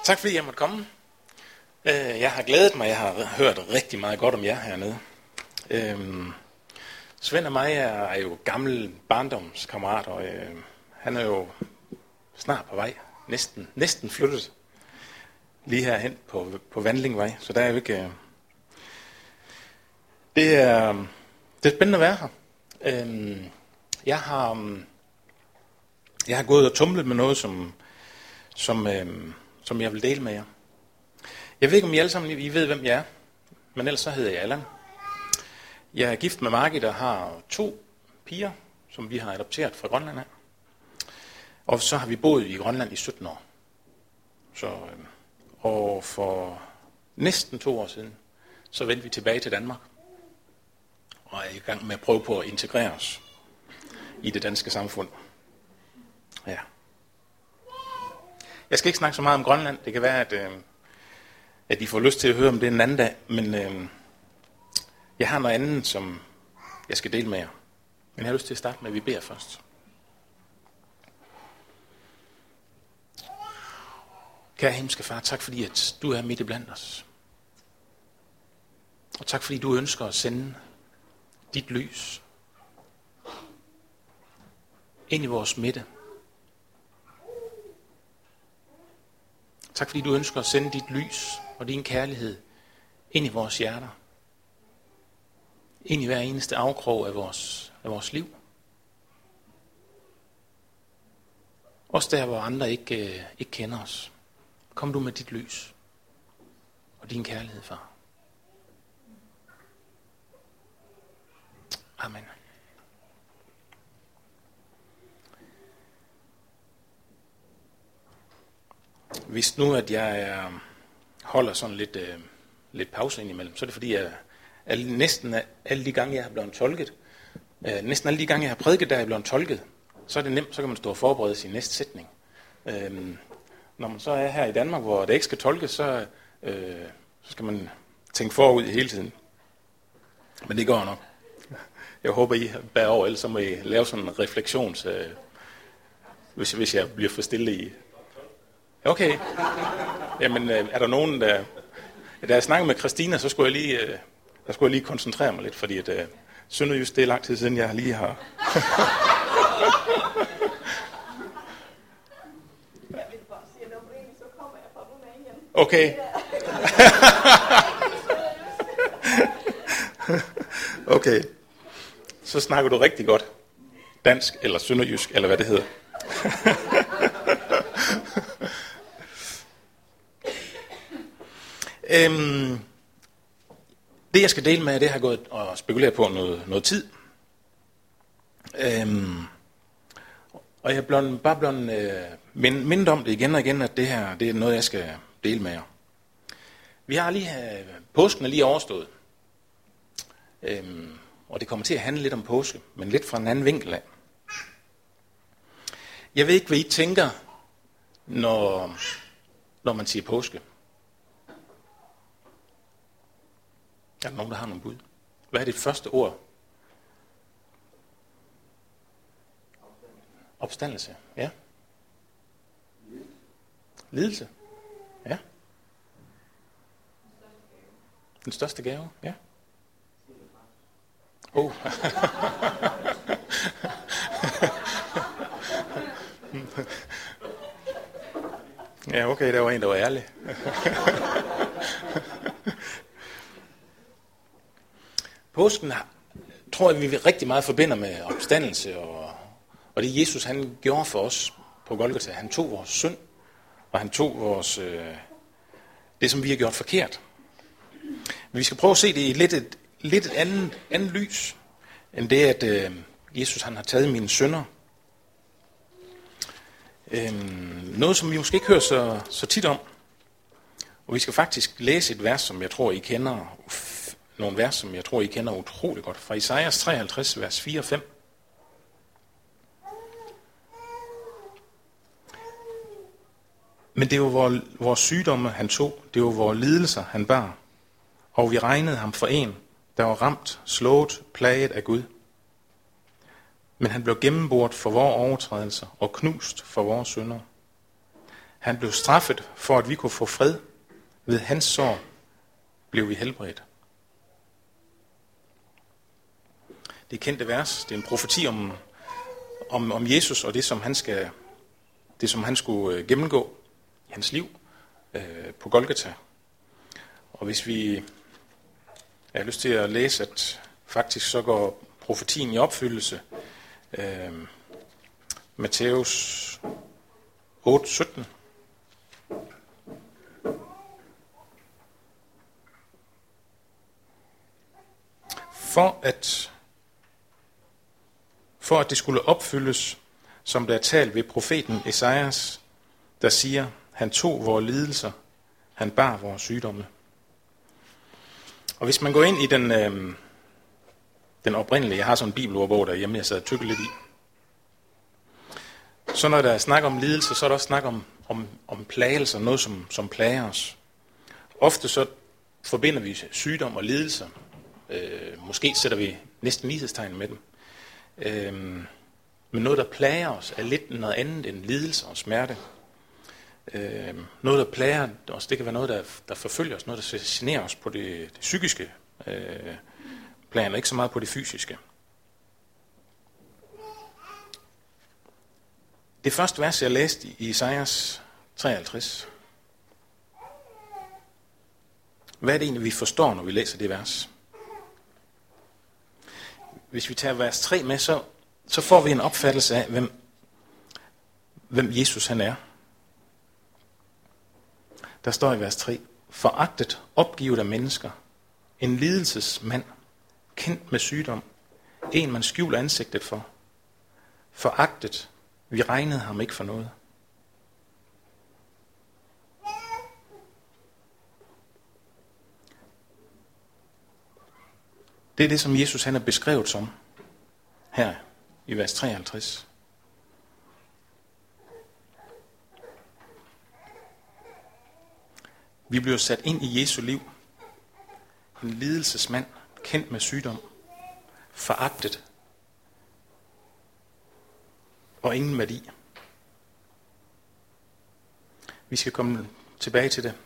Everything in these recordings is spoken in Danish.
Tak fordi jeg måtte komme. Jeg har glædet mig. Jeg har hørt rigtig meget godt om jer hernede. Svend og mig er jo gamle barndomskammerater, og han er jo snart på vej. Næsten flyttet lige herhen på Vandlingvej. Så der er jo ikke... Det er spændende at være her. Jeg har gået og tumlet med noget, som jeg vil dele med jer. Jeg ved ikke, om I alle sammen I ved, hvem jeg er, men ellers så hedder jeg Allan. Jeg er gift med Margit og har 2 piger, som vi har adopteret fra Grønland af. Og så har vi boet i Grønland i 17 år. Og for næsten 2 år siden, så vendte vi tilbage til Danmark. Og er i gang med at prøve på at integrere os i det danske samfund. Ja. Jeg skal ikke snakke så meget om Grønland. Det kan være, at I får lyst til at høre om det en anden dag. Men jeg har noget andet, som jeg skal dele med jer. Men jeg har lyst til at starte med, at vi beder først. Kære himmelske far, tak fordi at du er midt i blandt os. Og tak fordi du ønsker at sende dit lys ind i vores midte. Tak fordi du ønsker at sende dit lys og din kærlighed ind i vores hjerter. Ind i hver eneste afkrog af vores liv. Også der, hvor andre ikke kender os. Kom du med dit lys og din kærlighed, far. Amen. Hvis nu, at jeg holder sådan lidt pause indimellem, så er det fordi, at næsten alle de gange, jeg har blevet tolket, næsten alle de gange, jeg har prædiket, der er blevet tolket, så er det nemt, så kan man stå og forberede sin næste sætning. Når man så er her i Danmark, hvor det ikke skal tolkes, så skal man tænke forud hele tiden. Men det går nok. Jeg håber, I bærer over, ellers så må I lave sådan en refleksions... hvis jeg bliver for stille i... Okay. Jamen, er der nogen, der... Da jeg snakkede med Christina, så skulle jeg lige koncentrere mig lidt, fordi at sønderjysk, det er lang tid siden, jeg lige har... Jeg vil bare sige, at oprindeligt, så kommer jeg fra Rumænien. Okay. Okay. Så snakker du rigtig godt dansk, eller sønderjysk, eller hvad det hedder. Det jeg skal dele med, det har gået og spekuleret på noget tid. Og jeg er bare blevet mindet om det igen og igen, at det her det er noget, jeg skal dele med jer. Vi har påsken er lige overstået. Og det kommer til at handle lidt om påske, men lidt fra en anden vinkel af. Jeg ved ikke, hvad I tænker, når man siger påske. Er der nogen, der har nogle bud? Hvad er det første ord? Opstandelse. Ja. Lidelse. Ja. Den største gave. Ja. Oh. Ja, okay, der var en, der var ærlig. Påsken tror jeg, vi rigtig meget forbinder med opstandelse, og det Jesus han gjorde for os på Golgata. Han tog vores synd, og han tog vores det, som vi har gjort forkert. Men vi skal prøve at se det i lidt andet lys, end det, at Jesus han har taget mine synder. Noget, som vi måske ikke hører så tit om. Og vi skal faktisk læse et vers, som jeg tror, I kender. Nogle vers, som jeg tror, I kender utroligt godt. Fra Esajas 53, vers 4 og 5. Men det var vores sygdomme, han tog. Det var vores lidelser, han bar. Og vi regnede ham for en, der var ramt, slået, plaget af Gud. Men han blev gennemboret for vores overtrædelser og knust for vores synder. Han blev straffet for, at vi kunne få fred. Ved hans sår blev vi helbredt. Det er kendte vers. Det er en profeti om Jesus og det, som han skulle gennemgå i hans liv på Golgata. Og hvis vi har lyst til at læse, at faktisk så går profetien i opfyldelse. Matthæus 8:17. For at det skulle opfyldes, som der er talt ved profeten Esajas, der siger, han tog vores lidelser, han bar vores sygdomme. Og hvis man går ind i den oprindelige, jeg har sådan en bibelordbog derhjemme, jeg sad og tykkede lidt i. Så når der er snak om lidelse, så er der også snak om plagelser, noget som plager os. Ofte så forbinder vi sygdom og lidelser. Måske sætter vi næsten lighedstegn med dem. Men noget, der plager os, er lidt noget andet end lidelse og smerte. Noget, der plager os, det kan være noget, der forfølger os, noget, der generer os på det psykiske plan, og ikke så meget på det fysiske. Det første vers, jeg læste i Esajas 53. Hvad er det egentlig, vi forstår, når vi læser det vers? Hvis vi tager vers 3 med, så får vi en opfattelse af, hvem Jesus han er. Der står i vers 3, foragtet, opgivet af mennesker, en lidelsesmand, kendt med sygdom, en man skjuler ansigtet for. Foragtet, vi regnede ham ikke for noget. Det er det, som Jesus han er beskrevet som her i vers 53. Vi bliver sat ind i Jesu liv. En lidelsesmand, kendt med sygdom, foragtet og ingen værdi. Vi skal komme tilbage til det.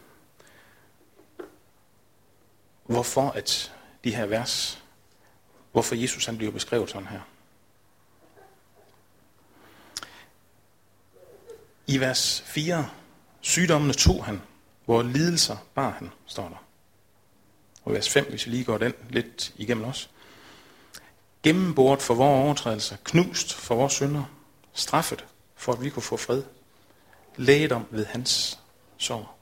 Hvorfor at de her vers, hvorfor Jesus han bliver beskrevet sådan her. I vers 4, sygdommene tog han, hvor lidelser bar han, står der. Og vers 5, hvis vi lige går den lidt igennem også. Gennemboret for vores overtrædelser, knust for vores synder, straffet for at vi kunne få fred, lægedom ved hans sår.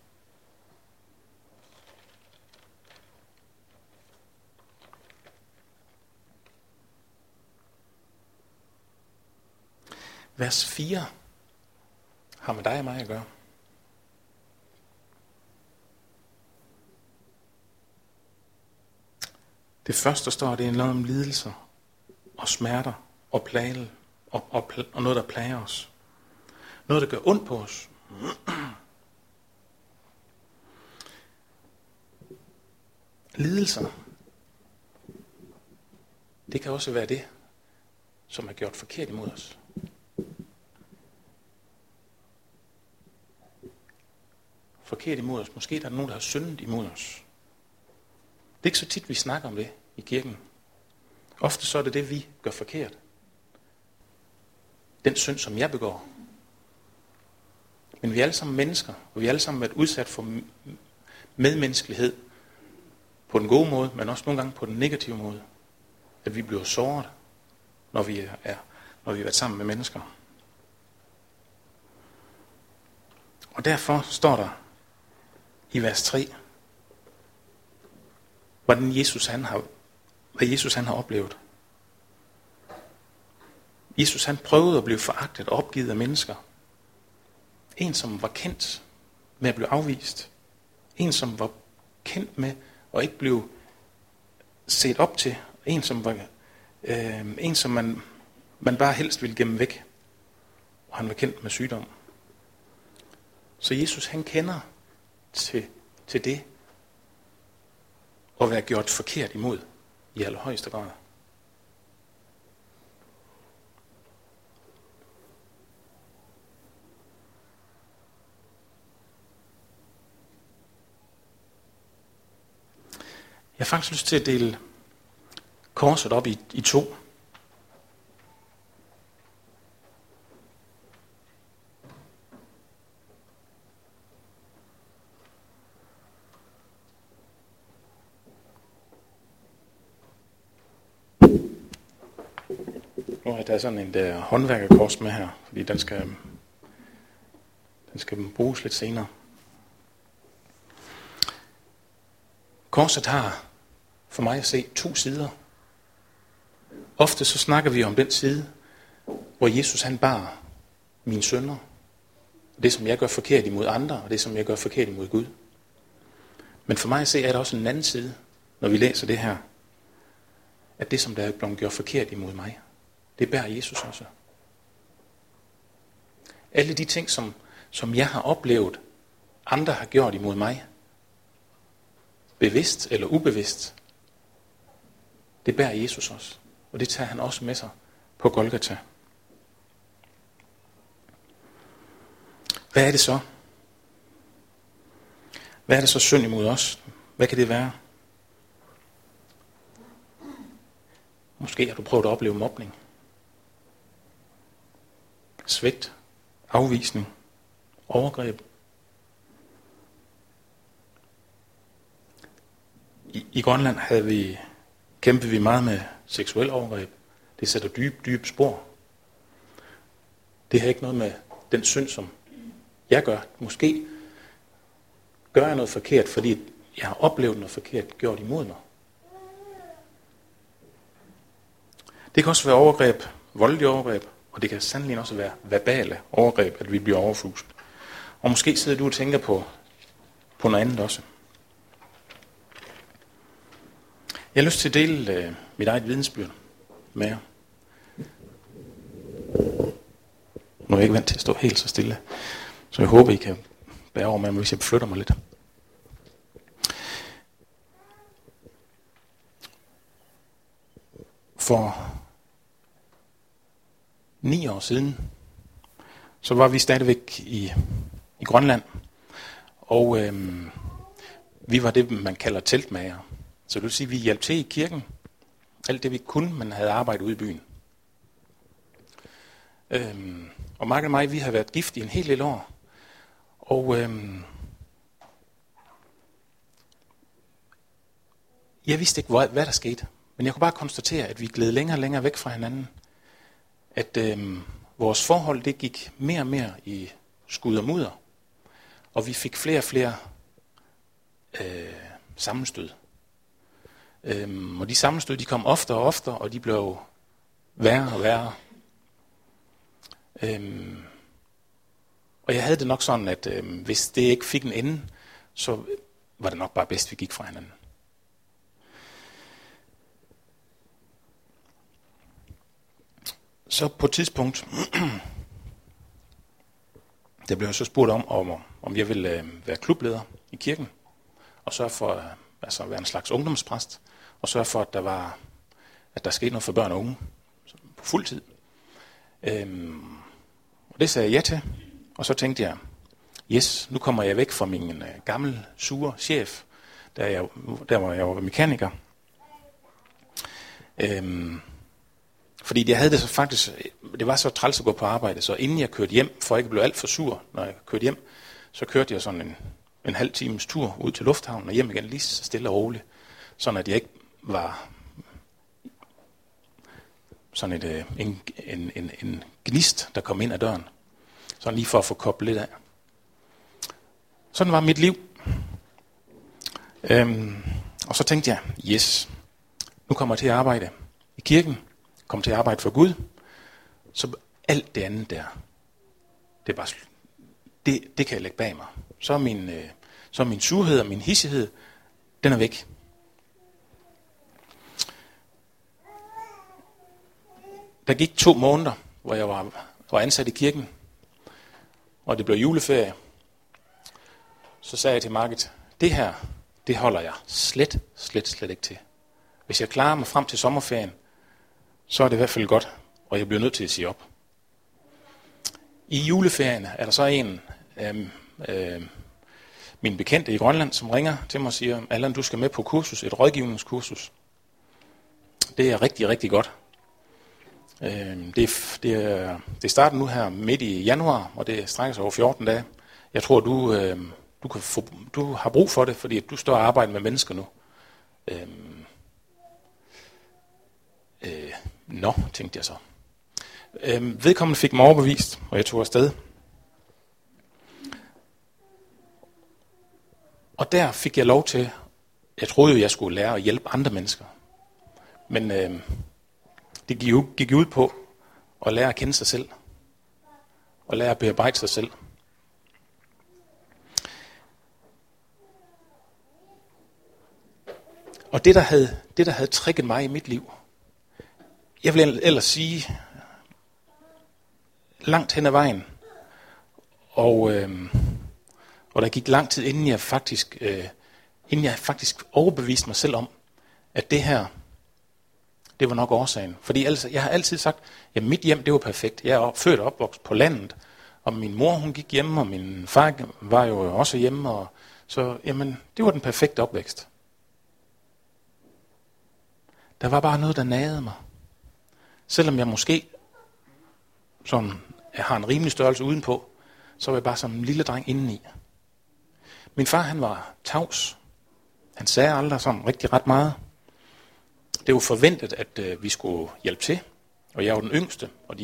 Vers 4 har med dig og mig at gøre. Det første, der står, det er noget om lidelser og smerter og plage og noget, der plager os. Noget, der gør ondt på os. Lidelser, det kan også være det, som er gjort forkert imod os. Forkert imod os. Måske der er nogen, der har syndet imod os. Det er ikke så tit, vi snakker om det i kirken. Ofte så er det det, vi gør forkert. Den synd, som jeg begår. Men vi er alle sammen mennesker, og vi er alle sammen været udsat for medmenneskelighed på den gode måde, men også nogle gange på den negative måde. At vi bliver såret, når vi har været sammen med mennesker. Og derfor står der i vers 3, hvad Jesus han har oplevet. Jesus han prøvede at blive foragtet og opgivet af mennesker. En som var kendt med at blive afvist. En som var kendt med at ikke blive set op til. En som man bare helst ville gemme væk. Og han var kendt med sygdom. Så Jesus han kender til det at være gjort forkert imod i allerhøjeste grad. Jeg har faktisk lyst til at dele korset op i to. Nu har jeg taget sådan en der håndværkerkors med her, fordi den skal bruges lidt senere. Korset har for mig at se to sider. Ofte så snakker vi om den side, hvor Jesus han bar mine synder. Det som jeg gør forkert imod andre, og det som jeg gør forkert imod Gud. Men for mig at se er der også en anden side, når vi læser det her. At det som der er blevet gjort forkert imod mig, det bærer Jesus også. Alle de ting som jeg har oplevet, andre har gjort imod mig, bevidst eller ubevidst, det bærer Jesus også. Og det tager han også med sig på Golgata. Hvad er det så? Hvad er det så synd imod os? Hvad kan det være? Måske har du prøvet at opleve mobning. Svigt, afvisning, overgreb. I Grønland kæmpede vi meget med seksuel overgreb. Det sætter dybe spor. Det har ikke noget med den synd, som jeg gør. Måske gør jeg noget forkert, fordi jeg har oplevet noget forkert gjort imod mig. Det kan også være overgreb, voldelige overgreb, og det kan sandelig også være verbale overgreb, at vi bliver overfuset. Og måske sidder du og tænker på noget andet også. Jeg har lyst til at dele mit eget vidensbyrd med jer. Nu er jeg ikke vant til at stå helt så stille, så jeg håber, I kan bære over med mig, hvis jeg flytter mig lidt. For 9 år siden, så var vi stadigvæk i Grønland, og vi var det, man kalder teltmager. Så det vil sige, at vi hjalp til i kirken, alt det vi kunne, men havde arbejdet ude i byen. Og Mark og mig, vi har været gift i en hel lille år, og jeg vidste ikke, hvad der skete, men jeg kunne bare konstatere, at vi gled længere og længere væk fra hinanden. At vores forhold, det gik mere og mere i skud og mudder, og vi fik flere og flere sammenstød. Og de sammenstød, de kom oftere og oftere, og de blev værre og værre. Og jeg havde det nok sådan, at hvis det ikke fik en ende, så var det nok bare bedst, vi gik fra hinanden. Så på et tidspunkt, der blev jeg så spurgt om jeg ville være klubleder i kirken, og sørge for at være en slags ungdomspræst, og sørge for, at der skete noget for børn og unge på fuld tid. Og det sagde jeg ja til, og så tænkte jeg, yes, nu kommer jeg væk fra min gamle, sure chef, der hvor jeg var mekaniker. Fordi jeg havde det så faktisk, det var så træls at gå på arbejde, så inden jeg kørte hjem, for ikke at blive alt for sur, når jeg kørte hjem, så kørte jeg sådan en halv times tur ud til lufthavnen og hjem igen lige så stille og roligt, sådan at jeg ikke var sådan en gnist, der kom ind ad døren, sådan lige for at få koblet lidt af. Sådan var mit liv. Og så tænkte jeg, yes, nu kommer jeg til at arbejde i kirken, kommer til at arbejde for Gud, så alt det andet der, det er bare det kan jeg lægge bag mig. Så er min surhed og min hissighed, den er væk. Der gik 2 måneder, hvor jeg var ansat i kirken, og det blev juleferie. Så sagde jeg til Margit, det her, det holder jeg slet ikke til. Hvis jeg klarer mig frem til sommerferien, så er det i hvert fald godt, og jeg bliver nødt til at sige op. mine bekendte i Grønland, som ringer til mig og siger, Allan, du skal med på kursus, et rådgivningskursus. Det er rigtig, rigtig godt. Det starter nu her midt i januar, og det strækker sig over 14 dage. Jeg tror, du har brug for det, fordi du står og arbejder med mennesker nu. Tænkte jeg så. Vedkommende fik mig overbevist, og jeg tog afsted. Og der fik jeg lov til, jeg troede jo, jeg skulle lære at hjælpe andre mennesker. Men det gik ud på at lære at kende sig selv. Og lære at bearbejde sig selv. Og det der havde trigget mig i mit liv, jeg vil ellers sige, langt hen ad vejen, og der gik lang tid, inden jeg faktisk overbeviste mig selv om, at det her, det var nok årsagen. Fordi altså, jeg har altid sagt, at mit hjem, det var perfekt. Jeg er født og opvokset på landet, og min mor, hun gik hjemme, og min far var jo også hjemme, og så, jamen, det var den perfekte opvækst. Der var bare noget, der nagede mig. Selvom jeg måske sådan, jeg har en rimelig størrelse udenpå, så var jeg bare som en lille dreng indeni. Min far, han var tavs. Han sagde aldrig sådan rigtig ret meget. Det var forventet, at vi skulle hjælpe til. Og jeg var den yngste, og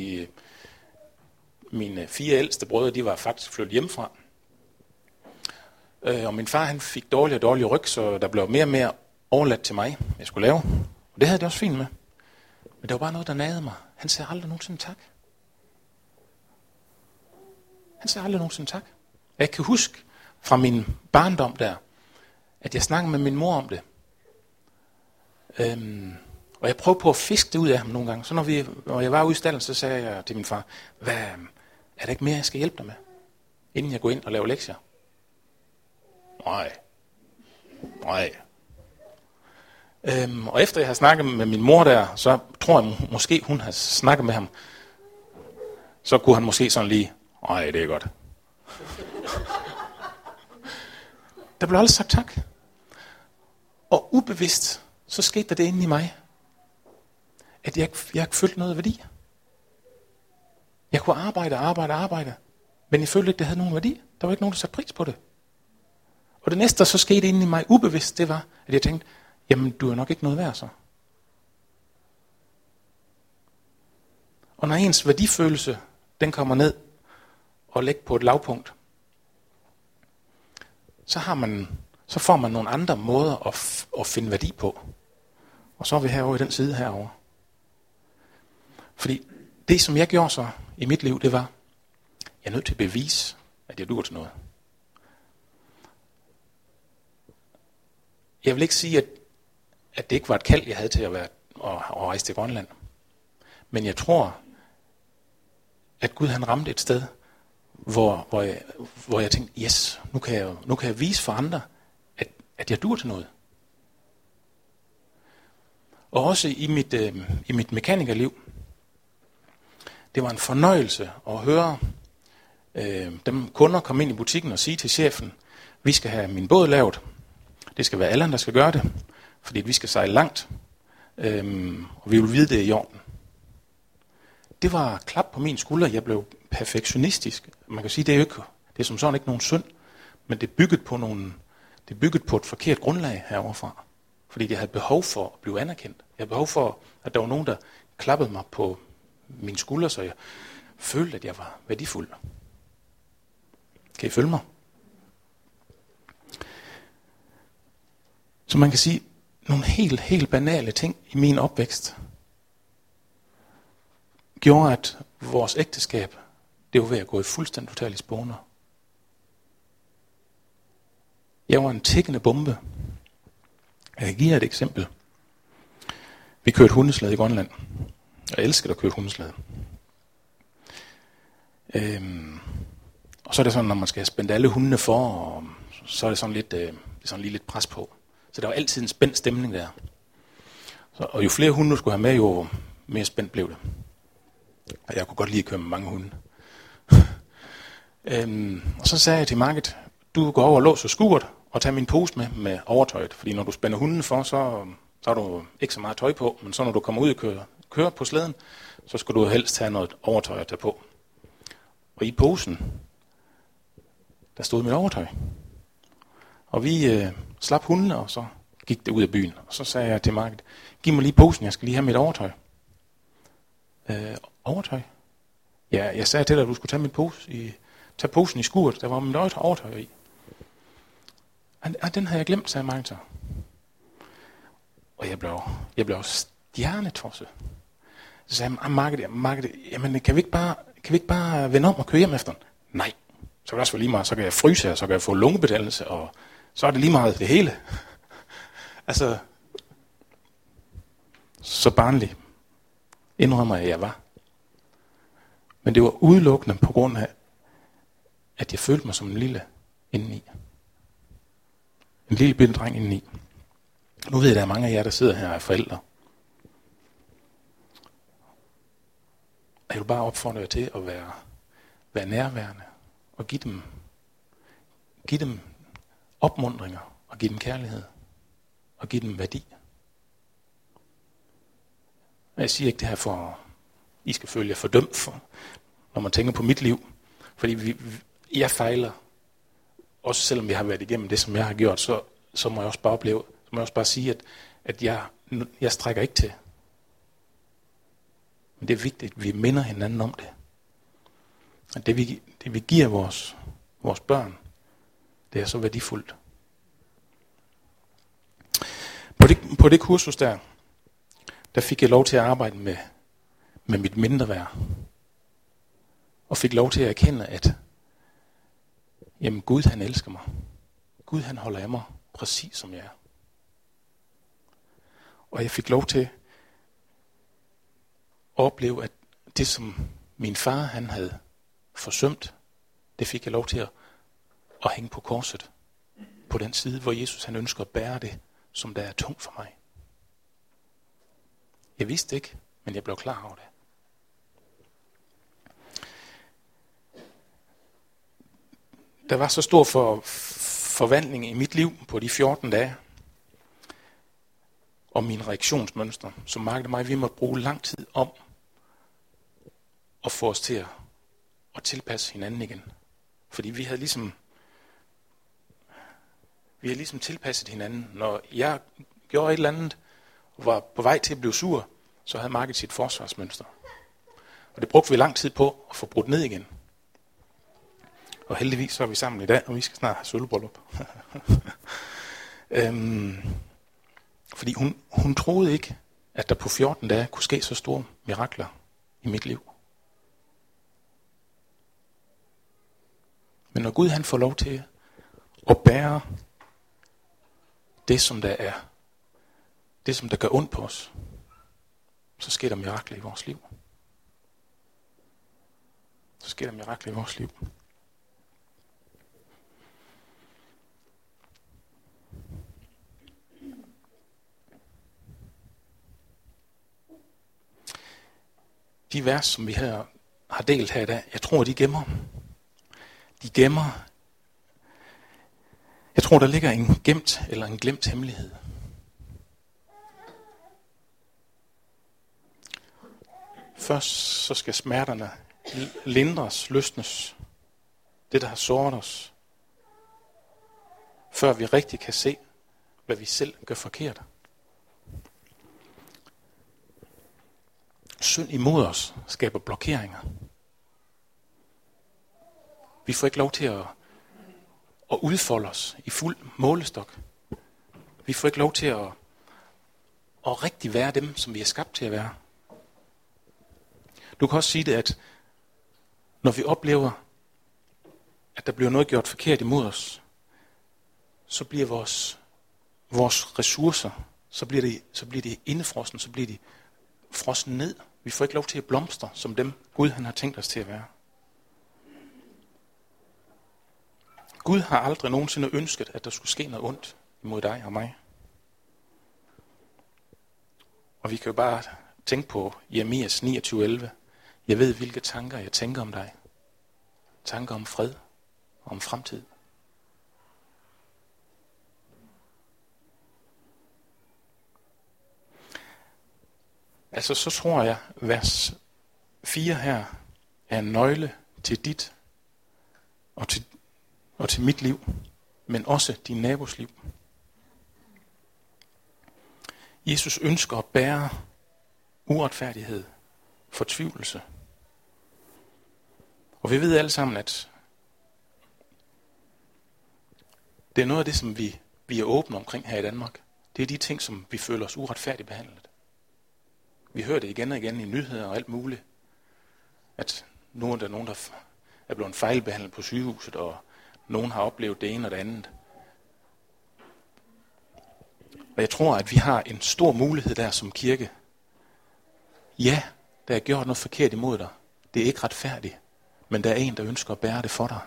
mine 4 ældste brødre, de var faktisk flyttet hjemmefra. Og min far, han fik dårlig og dårlig ryg, så der blev mere og mere overladt til mig, jeg skulle lave. Og det havde det også fint med. Men der var bare noget, der nagede mig. Han sagde aldrig nogensinde tak. Han sagde aldrig nogensinde tak. Jeg kan huske fra min barndom der, at jeg snakkede med min mor om det. Og jeg prøvede på at fiske det ud af ham nogle gange. Så når jeg var ude i stallen, så sagde jeg til min far, er der ikke mere, jeg skal hjælpe dig med, inden jeg går ind og laver lektier? Nej. Og efter jeg har snakket med min mor der, så tror jeg måske, hun har snakket med ham. Så kunne han måske sådan lige, nej, det er godt. Der blev aldrig sagt tak. Og ubevidst, så skete der det inde i mig, at jeg følte noget værdi. Jeg kunne arbejde, men jeg følte ikke, det havde nogen værdi. Der var ikke nogen, der satte pris på det. Og det næste, der så skete inde i mig ubevidst, det var, at jeg tænkte, jamen, du er nok ikke noget værd så. Og når ens værdifølelse, den kommer ned og ligger på et lavpunkt, så får man nogle andre måder at finde værdi på. Og så er vi herovre i den side herovre. Fordi det, som jeg gjorde så i mit liv, det var, jeg er nødt til at bevise, at jeg duer til noget. Jeg vil ikke sige, at det ikke var et kald, jeg havde til at rejse til Grønland. Men jeg tror, at Gud han ramte et sted, hvor jeg tænkte, yes, nu kan jeg vise for andre, at jeg duer til noget. Og også i mit mekanikerliv, det var en fornøjelse at høre dem kunder komme ind i butikken og sige til chefen, vi skal have min båd lavet. Det skal være Allan, der skal gøre det, fordi vi skal sejle langt, og vi vil vide, det er i orden. Det var klap på min skulder. Jeg blev perfektionistisk. Man kan sige, det er som sådan ikke nogen synd, men det er bygget på et forkert grundlag heroverfra. Fordi jeg havde behov for at blive anerkendt. Jeg havde behov for, at der var nogen, der klappede mig på min skulder, så jeg følte, at jeg var værdifuld. Kan I følge mig? Så man kan sige, nogle helt banale ting i min opvækst, gjorde, at vores ægteskab, det var ved at gå i fuldstændig totalt i spåner. Jeg var en tikkende bombe. Jeg kan give jer et eksempel. Vi kørte hundeslade i Grønland. Jeg elsker at køre hundeslade. Og så er det sådan, når man skal spænde alle hundene for, og så er det sådan lige lidt pres på. Så der var altid en spændt stemning der. Og jo flere hunde du skulle have med, jo mere spændt blev det. Og jeg kunne godt lide at køre med mange hunde. Og så sagde jeg til Margit, du går over og låser skuret, og tager min pose med overtøjet. Fordi når du spænder hunden for, så har du ikke så meget tøj på, men så når du kommer ud og kører på slæden, så skal du helst have noget overtøj at tage på. Og i posen, der stod mit overtøj. Og vi slap hundene, og så gik det ud af byen. Og så sagde jeg til Margit, giv mig lige posen, jeg skal lige have mit overtøj. Overtøj? Ja, jeg sagde til dig, at du skulle tage posen i skuret, der var mit overtøj i. Den havde jeg glemt, sagde Margit så. Og jeg blev stjernetosset. Så sagde jeg, Margit, jamen kan vi ikke bare vende om og køre hjem efter den? Nej, så kan det også være lige meget, så kan jeg fryse, og så kan jeg få lungebetændelse, og så er det lige meget det hele. Altså, så barnlig indrømmer jeg var. Men det var udelukkende på grund af, at jeg følte mig som en lille indeni. En lille bitte dreng indeni. Nu ved jeg, at der er mange af jer, der sidder her og er forældre. Jeg vil bare opfordre jer til at være nærværende og give dem opmuntringer og give dem kærlighed og give dem værdi. Jeg siger ikke det her for, I skal føle jer fordømt for, når man tænker på mit liv. Fordi jeg fejler, også selvom vi har været igennem det, som jeg har gjort, så må jeg også bare opleve, så må jeg også bare sige, at jeg strækker ikke til. Men det er vigtigt, at vi minder hinanden om det. At det vi giver vores børn, det er så værdifuldt. På det kursus der fik jeg lov til at arbejde med mit mindreværd. Og fik lov til at erkende, at jamen Gud han elsker mig. Gud han holder af mig præcis som jeg er. Og jeg fik lov til at opleve, at det som min far han havde forsømt, det fik jeg lov til at hænge på korset. På den side, hvor Jesus han ønsker at bære det, som der er tungt for mig. Jeg vidste ikke, men jeg blev klar over det. Der var så stor forvandling i mit liv på de 14 dage, og mine reaktionsmønstre, som Margit og mig, vi måtte bruge lang tid om at få os til at tilpasse hinanden igen. Fordi vi havde ligesom tilpasset hinanden. Når jeg gjorde et eller andet, og var på vej til at blive sur, så havde Margit sit forsvarsmønster. Og det brugte vi lang tid på at få brudt ned igen. Og heldigvis så er vi sammen i dag, og vi skal snart have sølvbryllup. Fordi hun troede ikke, at der på 14 dage kunne ske så store mirakler i mit liv. Men når Gud han får lov til at bære det, som der er, det som der gør ondt på os, så sker der mirakler i vores liv. Så sker der mirakler i vores liv. De vers, som vi her har delt her i dag, jeg tror, de gemmer. Jeg tror, der ligger en gemt eller en glemt hemmelighed. Først så skal smerterne lindres, løsnes. Det, der har såret os. Før vi rigtig kan se, hvad vi selv gør forkert. Synd imod os skaber blokeringer. Vi får ikke lov til at udfolde os i fuld målestok. Vi får ikke lov til at rigtig være dem, som vi er skabt til at være. Du kan også sige det, at når vi oplever, at der bliver noget gjort forkert imod os, så bliver vores ressourcer, så bliver de indefrosne, så bliver de frosset ned. Vi får ikke lov til at blomstre, som dem Gud han har tænkt os til at være. Gud har aldrig nogensinde ønsket, at der skulle ske noget ondt imod dig og mig. Og vi kan jo bare tænke på Jeremias 29:11. Jeg ved, hvilke tanker jeg tænker om dig. Tanker om fred og om fremtid. Altså så tror jeg, vers 4 her er en nøgle til dit og til mit liv, men også din nabos liv. Jesus ønsker at bære uretfærdighed, fortvivlelse. Og vi ved alle sammen, at det er noget af det, som vi er åbne omkring her i Danmark. Det er de ting, som vi føler os uretfærdigt behandlet. Vi hører det igen og igen i nyheder og alt muligt, at nu er der nogen, der er blevet fejlbehandlet på sygehuset, og nogen har oplevet det ene og det andet. Og jeg tror, at vi har en stor mulighed der som kirke. Ja, der er gjort noget forkert imod dig. Det er ikke retfærdigt. Men der er en, der ønsker at bære det for dig.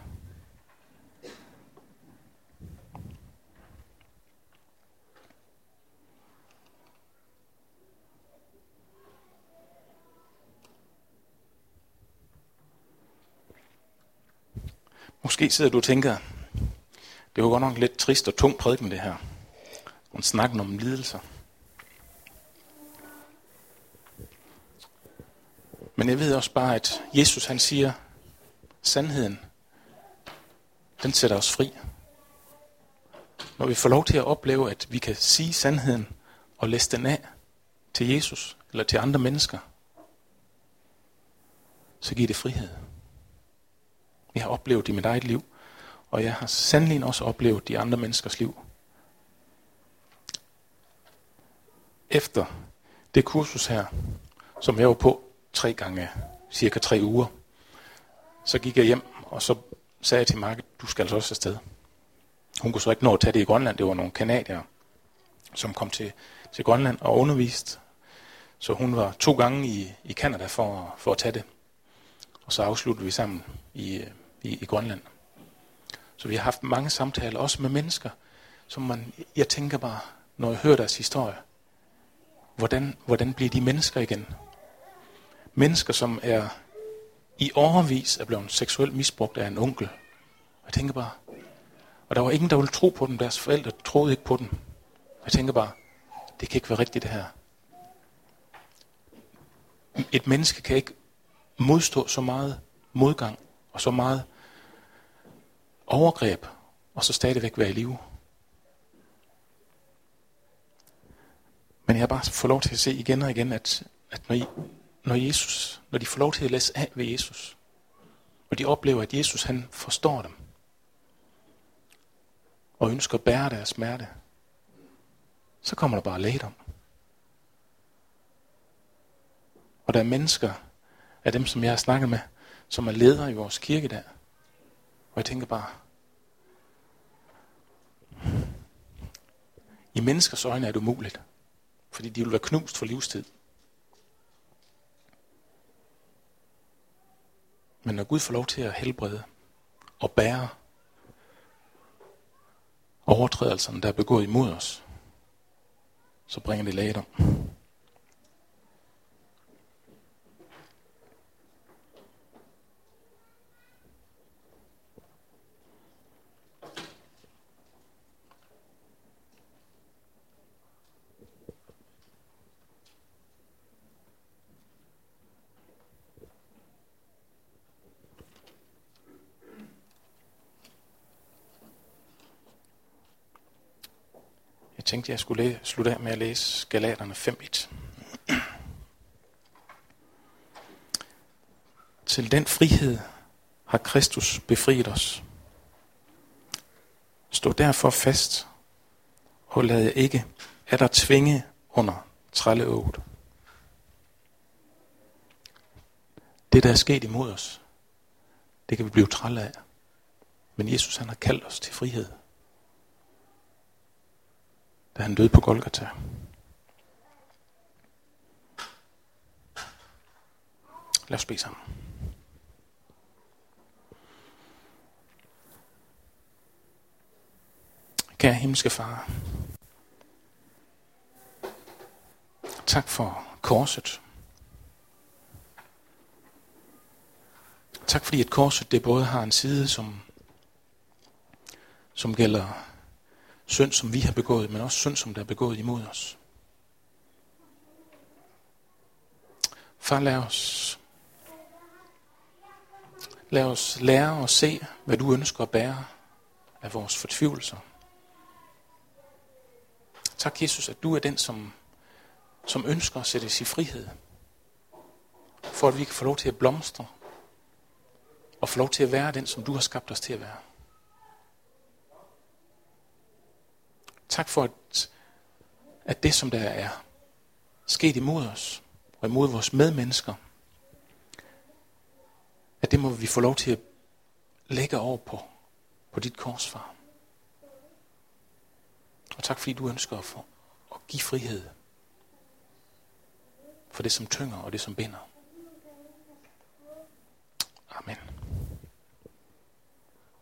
Måske sidder du og tænker, det var godt nok lidt trist og tung prædiken det her. Og snakken om lidelser. Men jeg ved også bare, at Jesus han siger, sandheden, den sætter os fri. Når vi får lov til at opleve, at vi kan sige sandheden og læse den af til Jesus eller til andre mennesker, så giver det frihed. Jeg har oplevet det i mit eget liv, og jeg har sandelig også oplevet de andre menneskers liv. Efter det kursus her, som jeg var på 3 gange, cirka 3 uger, så gik jeg hjem, og så sagde jeg til Margit, du skal altså også afsted. Hun kunne så ikke nå at tage det i Grønland. Det var nogle canadiere, som kom til Grønland og underviste. Så hun var 2 gange i Canada for at tage det. Og så afsluttede vi sammen i Grønland. Så vi har haft mange samtaler, også med mennesker, som jeg tænker bare, når jeg hører deres historie, hvordan bliver de mennesker igen? Mennesker, som er i årevis er blevet seksuelt misbrugt af en onkel. Og jeg tænker bare, og der var ingen, der ville tro på dem. Deres forældre troede ikke på dem. Jeg tænker bare, det kan ikke være rigtigt det her. Et menneske kan ikke modstå så meget modgang og så meget overgreb, og så stadigvæk være i live. Men jeg har bare fået lov til at se igen og igen, at når de får lov til at læse af ved Jesus, og de oplever, at Jesus han forstår dem, og ønsker at bære deres smerte, så kommer der bare lægedom. Og der er mennesker af dem, som jeg har snakket med, som er ledere i vores kirke der. Og jeg tænker bare, i menneskers øjne er det umuligt, fordi de vil være knust for livstid. Men når Gud får lov til at helbrede og bære overtrædelserne, der er begået imod os, så bringer det lægedom. Jeg tænkte, jeg skulle slutte af med at læse Galaterne 5:1. Til den frihed har Kristus befriet os. Stå derfor fast, og lad jer ikke at der tvinge under trælleåget. Det, der er sket imod os, det kan vi blive trælle af. Men Jesus, han har kaldt os til frihed, da han døde på Golgata. Lad os bede sammen. Kære himmelske Far, tak for korset. Tak fordi at korset det både har en side, som gælder synd, som vi har begået, men også synd, som der er begået imod os. Far, lad os lære og se, hvad du ønsker at bære af vores fortvivlelser. Tak, Jesus, at du er den, som ønsker at sætte os i frihed. For at vi kan få lov til at blomstre. Og få lov til at være den, som du har skabt os til at være. Tak for, at det, som der er sket imod os, og imod vores medmennesker, at det må vi få lov til at lægge over på dit kors, far. Og tak fordi du ønsker at give frihed for det, som tynger og det, som binder. Amen.